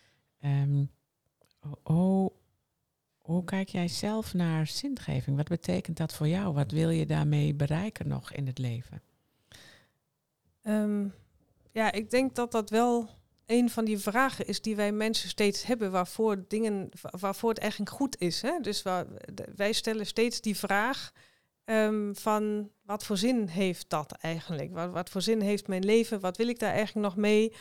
Hoe kijk jij zelf naar zingeving? Wat betekent dat voor jou? Wat wil je daarmee bereiken nog in het leven? Ik denk dat dat wel een van die vragen is die wij mensen steeds hebben, waarvoor het eigenlijk goed is. Hè? Dus wij stellen steeds die vraag van wat voor zin heeft dat eigenlijk? Wat voor zin heeft mijn leven? Wat wil ik daar eigenlijk nog mee?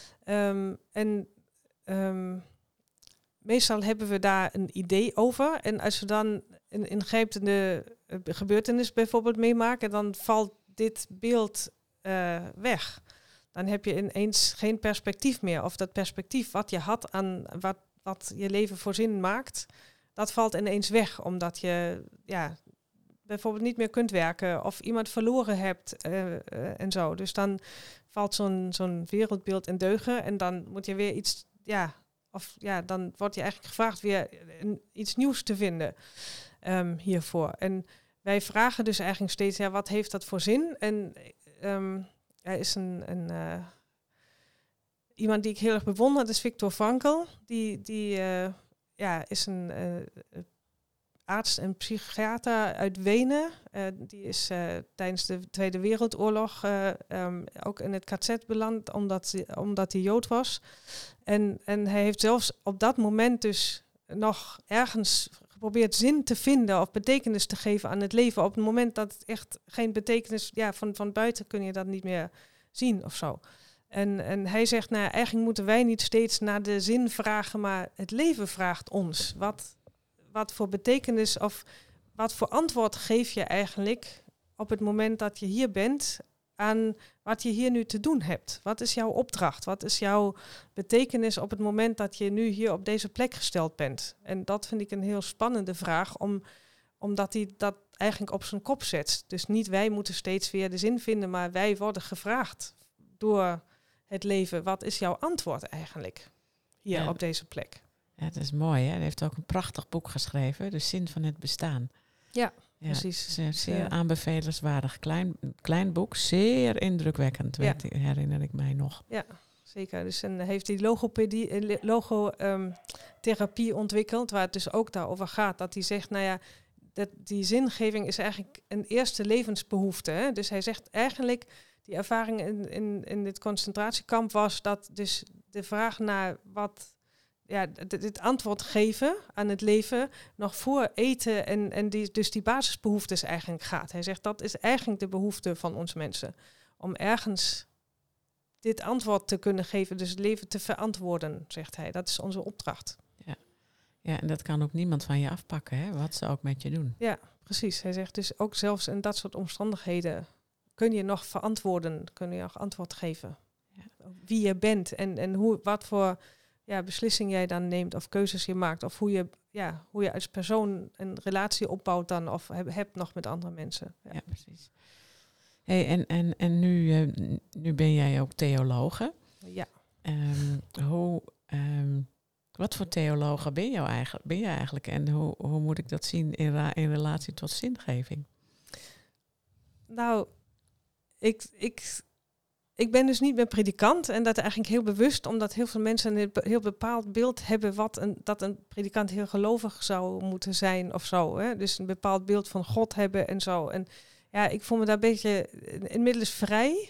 Meestal hebben we daar een idee over. En als we dan een ingrijpende gebeurtenis bijvoorbeeld meemaken, dan valt dit beeld weg. Dan heb je ineens geen perspectief meer. Of dat perspectief wat je had aan wat je leven voor zin maakt, dat valt ineens weg. Omdat je bijvoorbeeld niet meer kunt werken of iemand verloren hebt en zo. Dus dan valt zo'n wereldbeeld in deugen en dan moet je weer iets, dan wordt je eigenlijk gevraagd weer iets nieuws te vinden hiervoor. En wij vragen dus eigenlijk steeds, wat heeft dat voor zin? En er is iemand die ik heel erg bewonder, dat is Viktor Frankl. Die is een arts en psychiater uit Wenen. Die is tijdens de Tweede Wereldoorlog ook in het KZ beland, omdat hij Jood was. En hij heeft zelfs op dat moment dus nog ergens geprobeerd zin te vinden of betekenis te geven aan het leven. Op het moment dat het echt geen betekenis, van buiten kun je dat niet meer zien of zo. En hij zegt, eigenlijk moeten wij niet steeds naar de zin vragen, maar het leven vraagt ons. Wat voor betekenis of wat voor antwoord geef je eigenlijk op het moment dat je hier bent aan wat je hier nu te doen hebt? Wat is jouw opdracht? Wat is jouw betekenis op het moment dat je nu hier op deze plek gesteld bent? En dat vind ik een heel spannende vraag, omdat hij dat eigenlijk op zijn kop zet. Dus niet wij moeten steeds weer de zin vinden, maar wij worden gevraagd door het leven. Wat is jouw antwoord eigenlijk hier op deze plek? Ja, dat is mooi. Hè? Hij heeft ook een prachtig boek geschreven, De Zin van het Bestaan. Ja, precies. Zeer aanbevelenswaardig. Klein boek, zeer indrukwekkend, herinner ik mij nog. Ja, zeker. Dus en heeft hij logotherapie ontwikkeld, waar het dus ook daarover gaat. Dat hij zegt, die zingeving is eigenlijk een eerste levensbehoefte. Hè? Dus hij zegt eigenlijk, die ervaring in dit concentratiekamp was dat dus de vraag naar dit antwoord geven aan het leven nog voor eten en die basisbehoeftes eigenlijk gaat. Hij zegt, dat is eigenlijk de behoefte van ons mensen. Om ergens dit antwoord te kunnen geven, dus het leven te verantwoorden, zegt hij. Dat is onze opdracht. Ja, en dat kan ook niemand van je afpakken, hè? Wat ze ook met je doen. Ja, precies. Hij zegt dus ook zelfs in dat soort omstandigheden kun je nog verantwoorden, kun je nog antwoord geven. Ja. Wie je bent en wat voor beslissing jij dan neemt of keuzes je maakt. Of hoe je als persoon een relatie opbouwt dan of hebt nog met andere mensen. Ja, precies. Hey, en nu ben jij ook theologe. Ja. Wat voor theologe ben je eigenlijk? En hoe moet ik dat zien in relatie tot zingeving? Nou, ik ben dus niet meer predikant en dat eigenlijk heel bewust, omdat heel veel mensen een heel bepaald beeld hebben dat een predikant heel gelovig zou moeten zijn of zo. Hè? Dus een bepaald beeld van God hebben en zo. En ja, ik voel me daar een beetje inmiddels vrij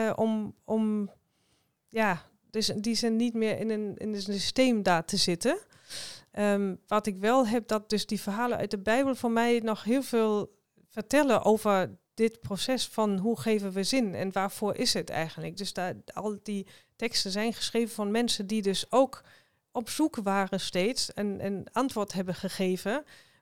dus in die zin niet meer in een systeem daar te zitten. Wat ik wel heb, dat dus die verhalen uit de Bijbel voor mij nog heel veel vertellen over dit proces van hoe geven we zin en waarvoor is het eigenlijk. Dus al die teksten zijn geschreven van mensen die dus ook op zoek waren steeds en antwoord hebben gegeven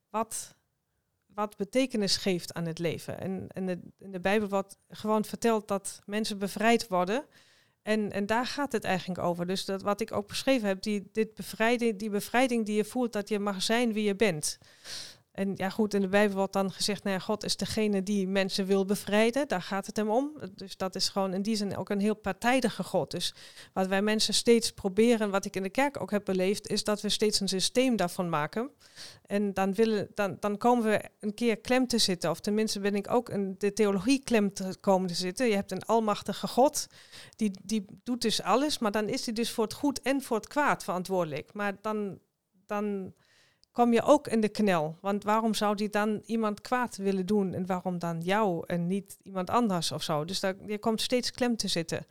wat betekenis geeft aan het leven. En in de Bijbel wordt gewoon verteld dat mensen bevrijd worden. En daar gaat het eigenlijk over. Dus dat wat ik ook beschreven heb, die bevrijding die je voelt, dat je mag zijn wie je bent. En ja goed, in de Bijbel wordt dan gezegd, God is degene die mensen wil bevrijden. Daar gaat het hem om. Dus dat is gewoon in die zin ook een heel partijdige God. Dus wat wij mensen steeds proberen, wat ik in de kerk ook heb beleefd, is dat we steeds een systeem daarvan maken. En dan komen we een keer klem te zitten. Of tenminste ben ik ook in de theologie klem te komen te zitten. Je hebt een almachtige God, die doet dus alles. Maar dan is hij dus voor het goed en voor het kwaad verantwoordelijk. Maar dan kom je ook in de knel. Want waarom zou die dan iemand kwaad willen doen? En waarom dan jou en niet iemand anders of zo? Dus je komt steeds klem te zitten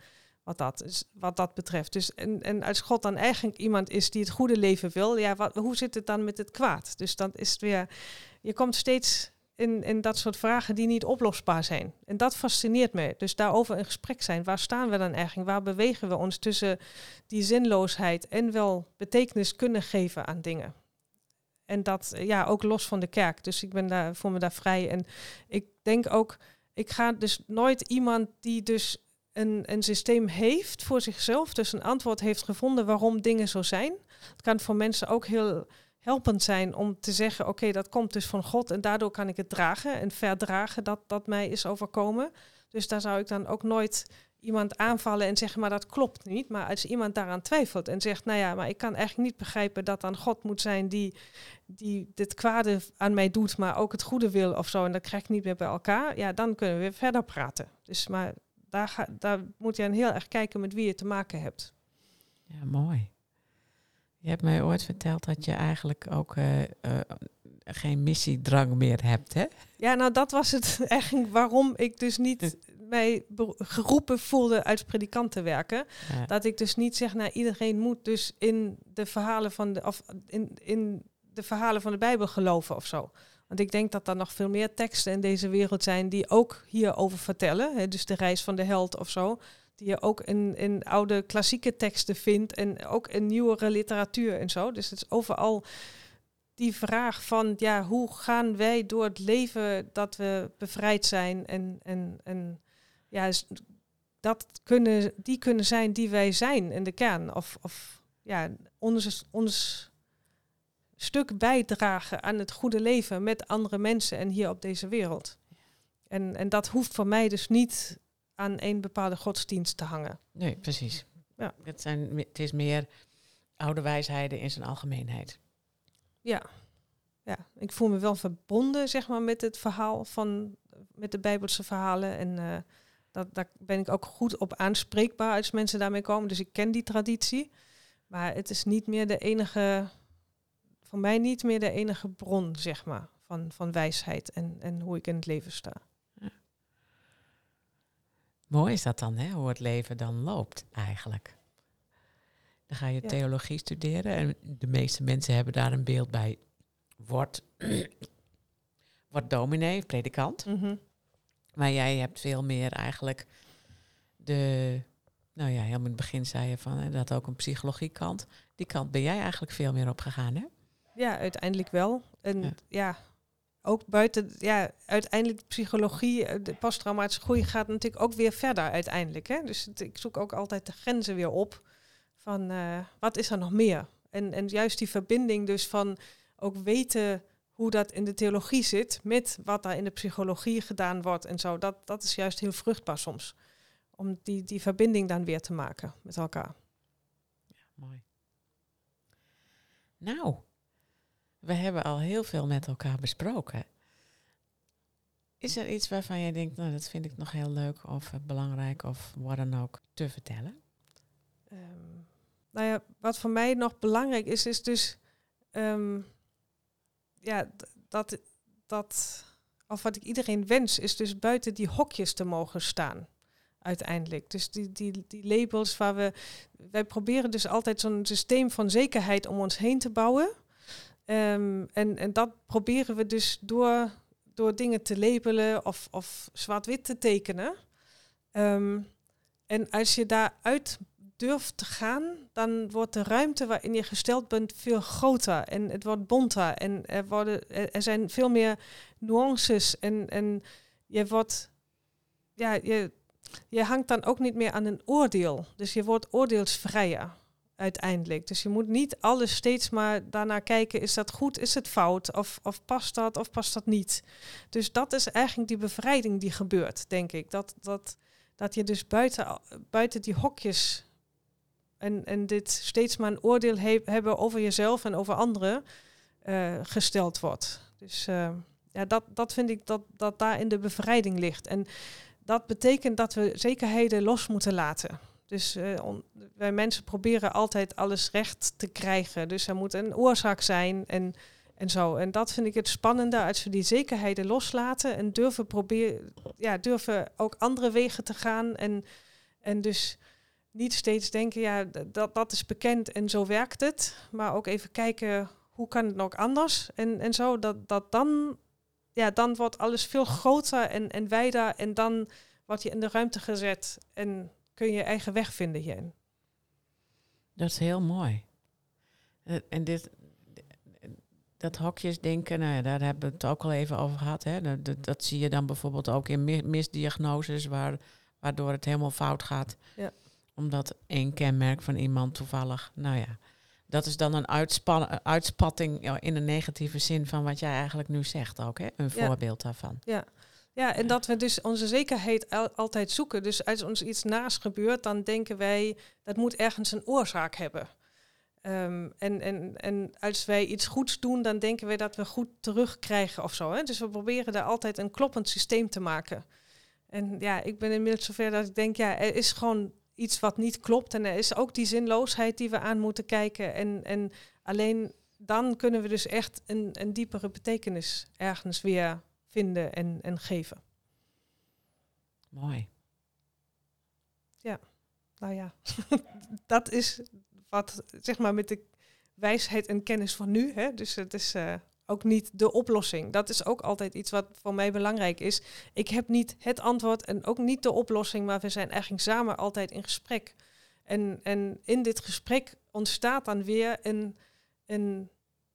wat dat betreft. Dus en als God dan eigenlijk iemand is die het goede leven wil, hoe zit het dan met het kwaad? Dus dan is het weer, je komt steeds in dat soort vragen die niet oplosbaar zijn. En dat fascineert me. Dus daarover in gesprek zijn. Waar staan we dan eigenlijk? Waar bewegen we ons tussen die zinloosheid en wel betekenis kunnen geven aan dingen? En dat ook los van de kerk. Dus ik voel me daar vrij. En ik denk ook, ik ga dus nooit iemand die dus een systeem heeft voor zichzelf, dus een antwoord heeft gevonden waarom dingen zo zijn. Het kan voor mensen ook heel helpend zijn om te zeggen, oké, dat komt dus van God en daardoor kan ik het dragen en verdragen dat mij is overkomen. Dus daar zou ik dan ook nooit iemand aanvallen en zeggen, maar dat klopt niet. Maar als iemand daaraan twijfelt en zegt, maar ik kan eigenlijk niet begrijpen dat dan God moet zijn die dit kwade aan mij doet, maar ook het goede wil of zo, en dat krijg ik niet meer bij elkaar, dan kunnen we weer verder praten. Dus maar daar moet je dan heel erg kijken met wie je te maken hebt. Ja, mooi. Je hebt mij ooit verteld dat je eigenlijk ook geen missiedrang meer hebt, hè? Ja, nou dat was het eigenlijk waarom ik dus niet mij geroepen voelde als predikant te werken. Ja. Dat ik dus niet zeg, nou iedereen moet dus in de verhalen in de verhalen van de Bijbel geloven of zo. Want ik denk dat er nog veel meer teksten in deze wereld zijn die ook hierover vertellen. Hè, dus de reis van de held of zo. Die je ook in oude klassieke teksten vindt en ook in nieuwere literatuur en zo. Dus het is overal die vraag van, ja, hoe gaan wij door het leven dat we bevrijd zijn en ja, die kunnen zijn die wij zijn in de kern. Of ja, ons stuk bijdragen aan het goede leven met andere mensen en hier op deze wereld. En dat hoeft voor mij dus niet aan één bepaalde godsdienst te hangen. Nee, precies. Ja. Het is meer oude wijsheden in zijn algemeenheid. Ja, ik voel me wel verbonden, zeg maar, met het verhaal met de Bijbelse verhalen. En daar ben ik ook goed op aanspreekbaar als mensen daarmee komen. Dus ik ken die traditie. Maar het is niet meer voor mij niet meer de enige bron, zeg maar, van wijsheid en hoe ik in het leven sta. Ja. Mooi is dat dan, hè? Hoe het leven dan loopt eigenlijk. Dan ga je theologie studeren en de meeste mensen hebben daar een beeld bij. Wordt dominee, predikant. Mm-hmm. Maar jij hebt veel meer eigenlijk helemaal in het begin zei je van, dat ook een psychologiekant. Die kant ben jij eigenlijk veel meer op gegaan, hè? Ja, uiteindelijk wel. En ook buiten, uiteindelijk psychologie, de posttraumatische groei gaat natuurlijk ook weer verder uiteindelijk. Hè? Dus ik zoek ook altijd de grenzen weer op van wat is er nog meer? En juist die verbinding dus van ook weten hoe dat in de theologie zit met wat daar in de psychologie gedaan wordt en zo. Dat is juist heel vruchtbaar soms. Om die verbinding dan weer te maken met elkaar. Ja, mooi. Nou, we hebben al heel veel met elkaar besproken. Is er iets waarvan jij denkt, nou dat vind ik nog heel leuk of belangrijk of wat dan ook te vertellen? Wat voor mij nog belangrijk is dus of wat ik iedereen wens, is dus buiten die hokjes te mogen staan. Uiteindelijk. Dus die labels wij proberen dus altijd zo'n systeem van zekerheid om ons heen te bouwen. En dat proberen we dus door dingen te labelen of zwart-wit te tekenen. En als je daaruit durft te gaan, dan wordt de ruimte waarin je gesteld bent veel groter en het wordt bonter en er zijn veel meer nuances en je wordt, je hangt dan ook niet meer aan een oordeel. Dus je wordt oordeelsvrijer uiteindelijk. Dus je moet niet alles steeds maar daarnaar kijken, is dat goed, is het fout of past dat of past dat niet. Dus dat is eigenlijk die bevrijding die gebeurt, denk ik. Dat je dus buiten die hokjes en dit steeds maar een oordeel hebben over jezelf en over anderen gesteld wordt. Dus dat vind ik dat daar in de bevrijding ligt. En dat betekent dat we zekerheden los moeten laten. Dus wij mensen proberen altijd alles recht te krijgen. Dus er moet een oorzaak zijn en zo. En dat vind ik het spannende als we die zekerheden loslaten en durven ook andere wegen te gaan. En dus niet steeds denken, dat is bekend en zo werkt het. Maar ook even kijken, hoe kan het nog anders? En zo, dat dan wordt alles veel groter en wijder. En dan word je in de ruimte gezet en kun je je eigen weg vinden hierin. Dat is heel mooi. En dat hokjesdenken, daar hebben we het ook al even over gehad. Hè? Dat zie je dan bijvoorbeeld ook in misdiagnoses, waardoor het helemaal fout gaat. Ja. Omdat één kenmerk van iemand toevallig, dat is dan een uitspatting in een negatieve zin van wat jij eigenlijk nu zegt ook. Hè? Een voorbeeld daarvan. Ja, en dat we dus onze zekerheid altijd zoeken. Dus als ons iets naast gebeurt, dan denken wij, dat moet ergens een oorzaak hebben. En als wij iets goeds doen, dan denken wij dat we goed terugkrijgen of zo. Hè? Dus we proberen daar altijd een kloppend systeem te maken. En ik ben inmiddels zover dat ik denk, er is gewoon iets wat niet klopt. En er is ook die zinloosheid die we aan moeten kijken. En alleen dan kunnen we dus echt een diepere betekenis ergens weer vinden en geven. Mooi. Nou ja, dat is wat, zeg maar, met de wijsheid en kennis van nu. Hè? Dus het is ook niet de oplossing. Dat is ook altijd iets wat voor mij belangrijk is. Ik heb niet het antwoord en ook niet de oplossing, maar we zijn eigenlijk samen altijd in gesprek. En in dit gesprek ontstaat dan weer een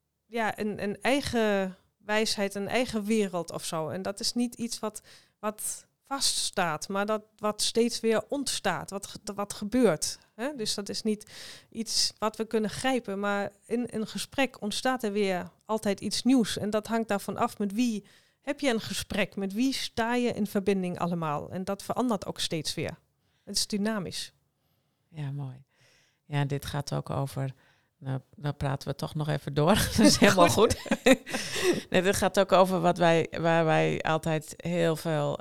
eigen wijsheid, een eigen wereld of zo. En dat is niet iets wat vaststaat, maar dat wat steeds weer ontstaat, wat gebeurt. Hè? Dus dat is niet iets wat we kunnen grijpen, maar in een gesprek ontstaat er weer altijd iets nieuws. En dat hangt daarvan af met wie heb je een gesprek, met wie sta je in verbinding allemaal. En dat verandert ook steeds weer. Het is dynamisch. Ja, mooi. Ja, dit gaat ook over... Nou, dan praten we toch nog even door. Dat is helemaal goed. Nee, dit gaat ook over waar wij altijd heel veel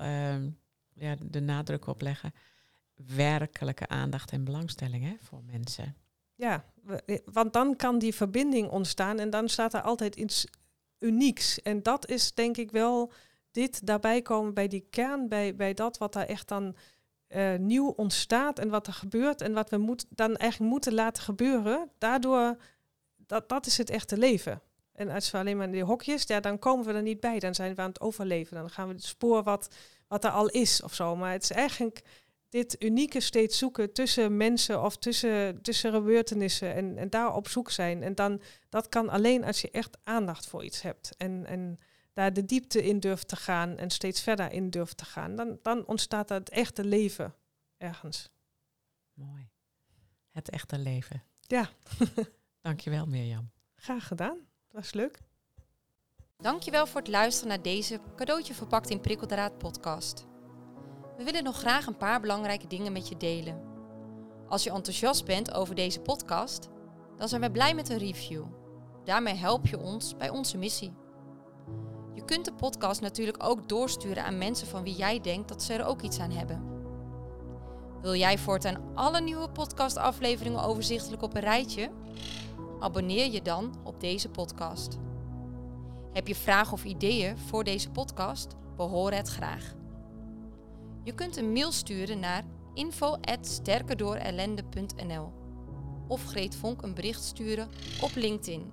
de nadruk op leggen. Werkelijke aandacht en belangstelling, hè, voor mensen. Ja, want dan kan die verbinding ontstaan en dan staat er altijd iets unieks. En dat is denk ik wel dit daarbij komen bij die kern, bij dat wat daar echt dan nieuw ontstaat en wat er gebeurt en wat we dan eigenlijk moeten laten gebeuren. Daardoor, dat is het echte leven. En als we alleen maar in die hokjes, dan komen we er niet bij. Dan zijn we aan het overleven. Dan gaan we het spoor wat er al is of zo. Maar het is eigenlijk dit unieke steeds zoeken tussen mensen of tussen gebeurtenissen en daar op zoek zijn. En dan, dat kan alleen als je echt aandacht voor iets hebt. En daar de diepte in durft te gaan en steeds verder in durft te gaan. Dan ontstaat het echte leven ergens. Mooi. Het echte leven. Ja. Dankjewel, Mirjam. Graag gedaan. Dat was leuk. Dankjewel voor het luisteren naar deze Cadeautje verpakt in prikkeldraad podcast. We willen nog graag een paar belangrijke dingen met je delen. Als je enthousiast bent over deze podcast, dan zijn we blij met een review. Daarmee help je ons bij onze missie. Je kunt de podcast natuurlijk ook doorsturen aan mensen van wie jij denkt dat ze er ook iets aan hebben. Wil jij voortaan alle nieuwe podcastafleveringen overzichtelijk op een rijtje? Abonneer je dan op deze podcast. Heb je vragen of ideeën voor deze podcast? We horen het graag. Je kunt een mail sturen naar info@sterkerdoorellende.nl of Greet Vonk een bericht sturen op LinkedIn.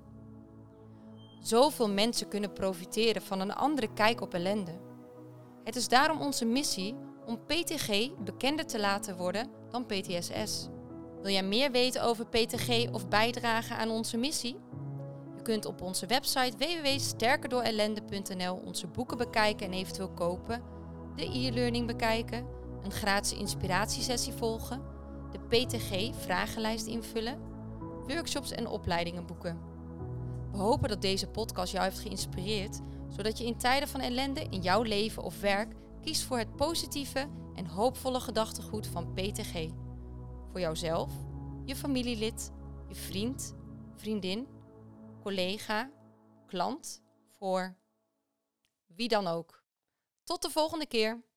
Zoveel mensen kunnen profiteren van een andere kijk op ellende. Het is daarom onze missie om PTG bekender te laten worden dan PTSS. Wil jij meer weten over PTG of bijdragen aan onze missie? Je kunt op onze website www.sterkerdoorellende.nl onze boeken bekijken en eventueel kopen, de e-learning bekijken, een gratis inspiratiesessie volgen, de PTG-vragenlijst invullen, workshops en opleidingen boeken. We hopen dat deze podcast jou heeft geïnspireerd, zodat je in tijden van ellende in jouw leven of werk kiest voor het positieve en hoopvolle gedachtegoed van PTG. Voor jouzelf, je familielid, je vriend, vriendin, collega, klant, voor wie dan ook. Tot de volgende keer!